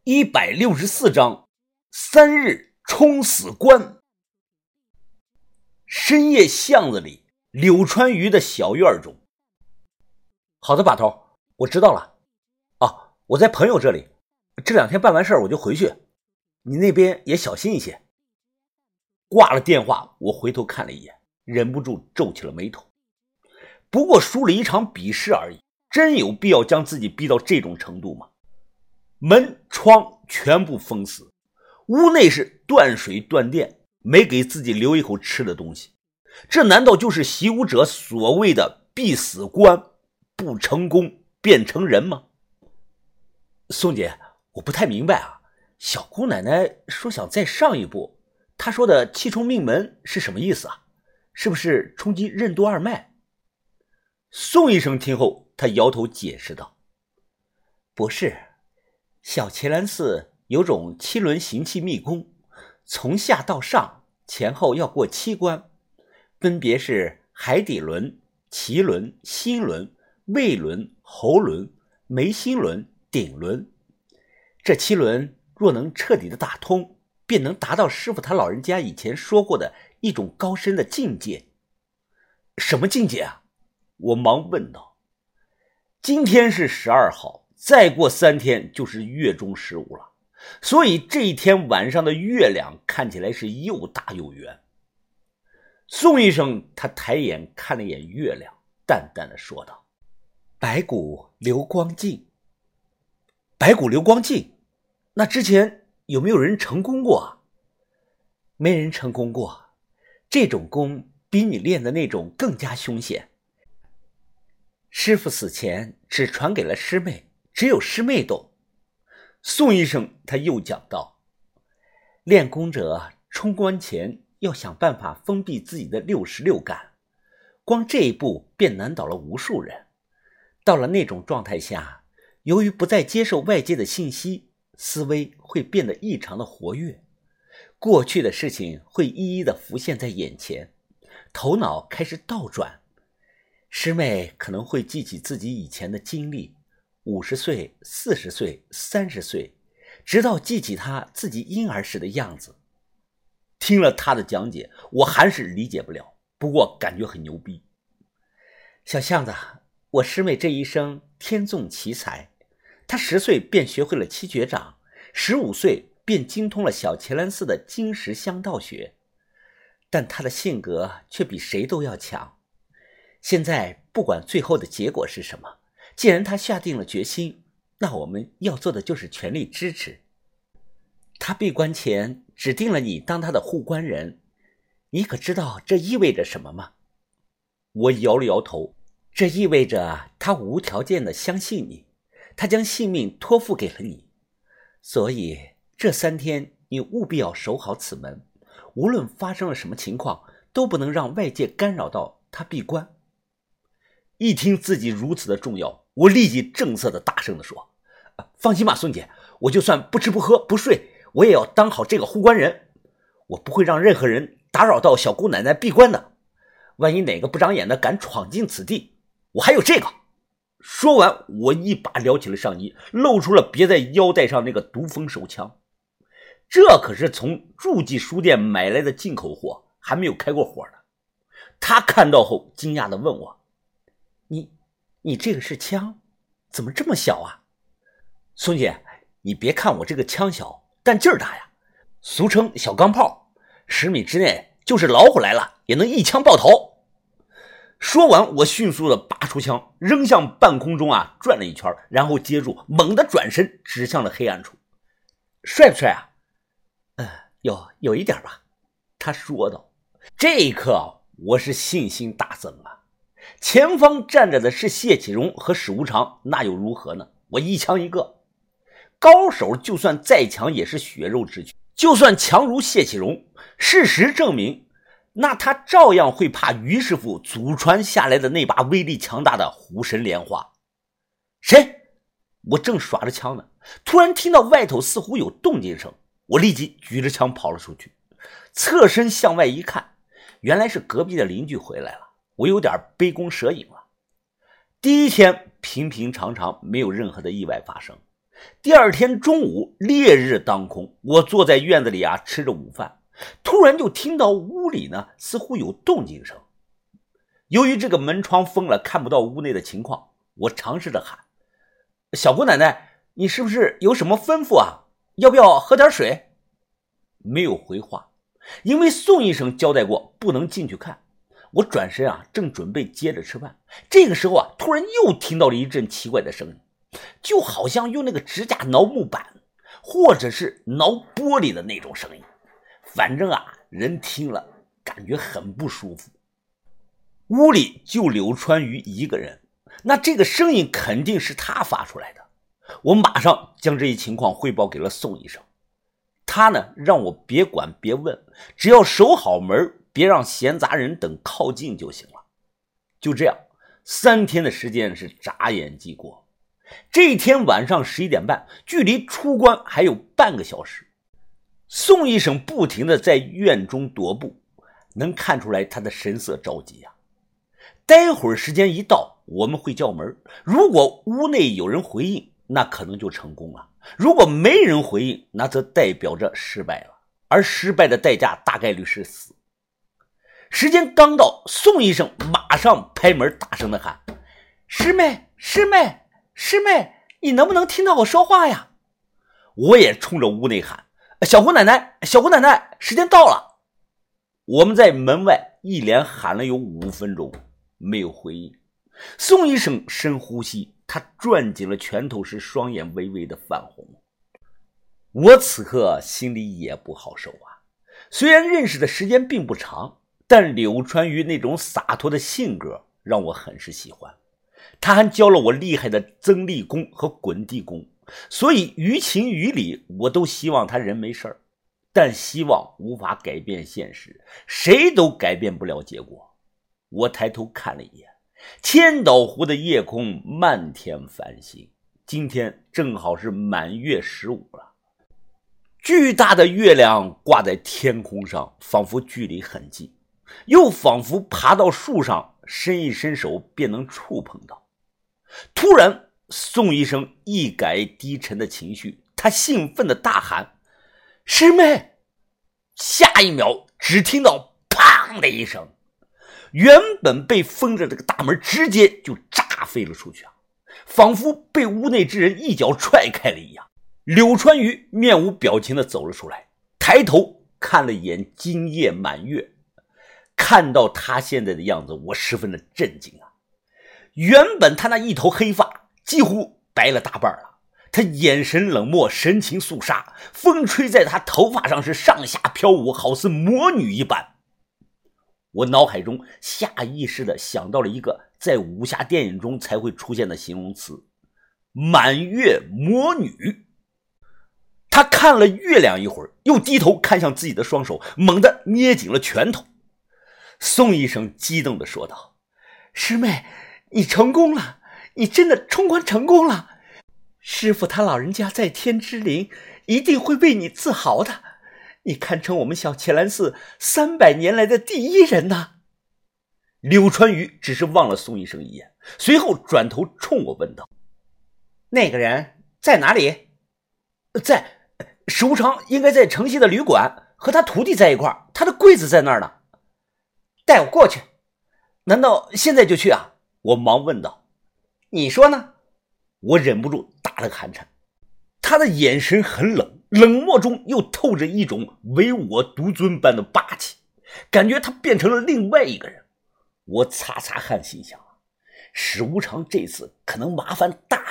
164章3日冲死关。深夜巷子里，柳川鱼的小院中。好的，把头，我知道了。我在朋友这里，这2天办完事我就回去，你那边也小心一些。挂了电话，我回头看了一眼，忍不住皱起了眉头。不过输了一场比试而已，真有必要将自己逼到这种程度吗？门窗全部封死，屋内是断水断电，没给自己留一口吃的东西。这难道就是习武者所谓的必死关，不成功变成人吗？宋姐，我不太明白啊，小姑奶奶说想再上一步，她说的气冲命门是什么意思啊？是不是冲击任督二脉？宋医生听后，他摇头解释道：不是，小伽蓝寺有种7轮行气秘功，从下到上前后要过7关，分别是海底轮、脐轮、心轮、胃轮、喉轮、眉心轮、顶轮。这7轮若能彻底的打通，便能达到师傅他老人家以前说过的一种高深的境界。什么境界啊？我忙问道。今天是12号，再过3天就是月中15了，所以这一天晚上的月亮看起来是又大又圆。宋医生他抬眼看了一眼月亮，淡淡的说道：白骨流光镜。白骨流光镜？那之前有没有人成功过啊？没人成功过，这种功比你练的那种更加凶险。师父死前只传给了师妹，只有师妹懂。宋医生他又讲道：练功者冲关前要想办法封闭自己的66感，光这一步便难倒了无数人。到了那种状态下，由于不再接受外界的信息，思维会变得异常的活跃，过去的事情会一一的浮现在眼前，头脑开始倒转。师妹可能会记起自己以前的经历，50岁、40岁、30岁，直到记起她自己婴儿时的样子。听了他的讲解，我还是理解不了，不过感觉很牛逼。小巷子，我师妹这一生天纵奇才，她10岁便学会了7绝掌，15岁便精通了小伽蓝寺的金石香道学，但她的性格却比谁都要强。现在不管最后的结果是什么，既然他下定了决心，那我们要做的就是全力支持。他闭关前指定了你当他的护关人，你可知道这意味着什么吗？我摇了摇头，这意味着他无条件的相信你，他将性命托付给了你，所以这3天你务必要守好此门，无论发生了什么情况，都不能让外界干扰到他闭关。一听自己如此的重要，我立即正色的大声的说：放心吧，孙姐，我就算不吃不喝不睡，我也要当好这个护关人，我不会让任何人打扰到小姑奶奶闭关的，万一哪个不长眼的敢闯进此地，我还有这个。说完，我一把撩起了上衣，露出了别在腰带上那个毒风手枪，这可是从入记书店买来的进口货，还没有开过火呢。他看到后惊讶地问我：你这个是枪？怎么这么小啊？孙姐，你别看我这个枪小，但劲儿大呀，俗称小钢炮，10米之内就是老虎来了也能一枪爆头。说完，我迅速的拔出枪，扔向半空中转了一圈，然后接住，猛地转身指向了黑暗处。帅不帅啊？有一点吧，他说道。这一刻我是信心大增啊。前方站着的是谢启荣和史无常，那又如何呢？我一枪一个。高手就算再强也是血肉之躯，就算强如谢启荣，事实证明，那他照样会怕于师傅祖传下来的那把威力强大的虎神莲花。谁？我正耍着枪呢，突然听到外头似乎有动静声，我立即举着枪跑了出去，侧身向外一看，原来是隔壁的邻居回来了。我有点杯弓蛇影了。第一天平平常常，没有任何的意外发生， 第二天中午，烈日当空，我坐在院子里吃着午饭，突然就听到屋里呢似乎有动静声。由于这个门窗封了，看不到屋内的情况，我尝试着喊：小姑奶奶，你是不是有什么吩咐啊？要不要喝点水？没有回话，因为宋医生交代过不能进去看。我转身正准备接着吃饭，这个时候突然又听到了一阵奇怪的声音，就好像用那个指甲挠木板，或者是挠玻璃的那种声音。反正人听了感觉很不舒服。屋里就柳川鱼一个人，那这个声音肯定是他发出来的。我马上将这一情况汇报给了宋医生，他呢让我别管别问，只要守好门，别让闲杂人等靠近就行了。就这样，3天的时间是眨眼即过。这一天晚上11点半，距离出关还有半个小时。宋医生不停地在院中踱步，能看出来他的神色着急待会儿时间一到，我们会叫门，如果屋内有人回应，那可能就成功了；如果没人回应，那则代表着失败了，而失败的代价大概率是死。时间刚到，宋医生马上拍门，大声地喊：师妹，师妹，师妹，你能不能听到我说话呀？我也冲着屋内喊：小姑奶奶，小姑奶奶，时间到了。我们在门外一连喊了有5分钟，没有回应。宋医生深呼吸，他攥紧了拳头时，双眼微微的泛红。我此刻心里也不好受虽然认识的时间并不长，但柳川鱼那种洒脱的性格让我很是喜欢。他还教了我厉害的增力功和滚地功，所以于情于理我都希望他人没事，但希望无法改变现实，谁都改变不了结果。我抬头看了一眼，千岛湖的夜空漫天繁星，今天正好是满月15了。巨大的月亮挂在天空上，仿佛距离很近，又仿佛爬到树上，伸一伸手便能触碰到。突然，宋医生一改低沉的情绪，他兴奋地大喊：师妹！下一秒只听到砰的一声，原本被封着这个大门直接就炸飞了出去仿佛被屋内之人一脚踹开了一样。柳川鱼面无表情地走了出来，抬头看了一眼今夜满月。看到他现在的样子，我十分的震惊原本他那一头黑发几乎白了大半了，他眼神冷漠，神情肃杀，风吹在他头发上是上下飘舞，好似魔女一般。我脑海中下意识地想到了一个在武侠电影中才会出现的形容词：满月魔女。他看了月亮一会儿，又低头看向自己的双手，猛地捏紧了拳头。宋医生激动地说道：师妹，你成功了，你真的冲关成功了，师父他老人家在天之灵一定会为你自豪的，你堪称我们小伽蓝寺300年来的第一人呐。柳川鱼只是望了宋医生一眼，随后转头冲我问道：那个人在哪里？在史无常应该在城西的旅馆，和他徒弟在一块儿，他的柜子在那儿呢。带我过去。难道现在就去我忙问道。你说呢？我忍不住打了个寒颤。他的眼神很冷，冷漠中又透着一种唯我独尊般的霸气，感觉他变成了另外一个人。我擦擦汗，心想史无常这次可能麻烦大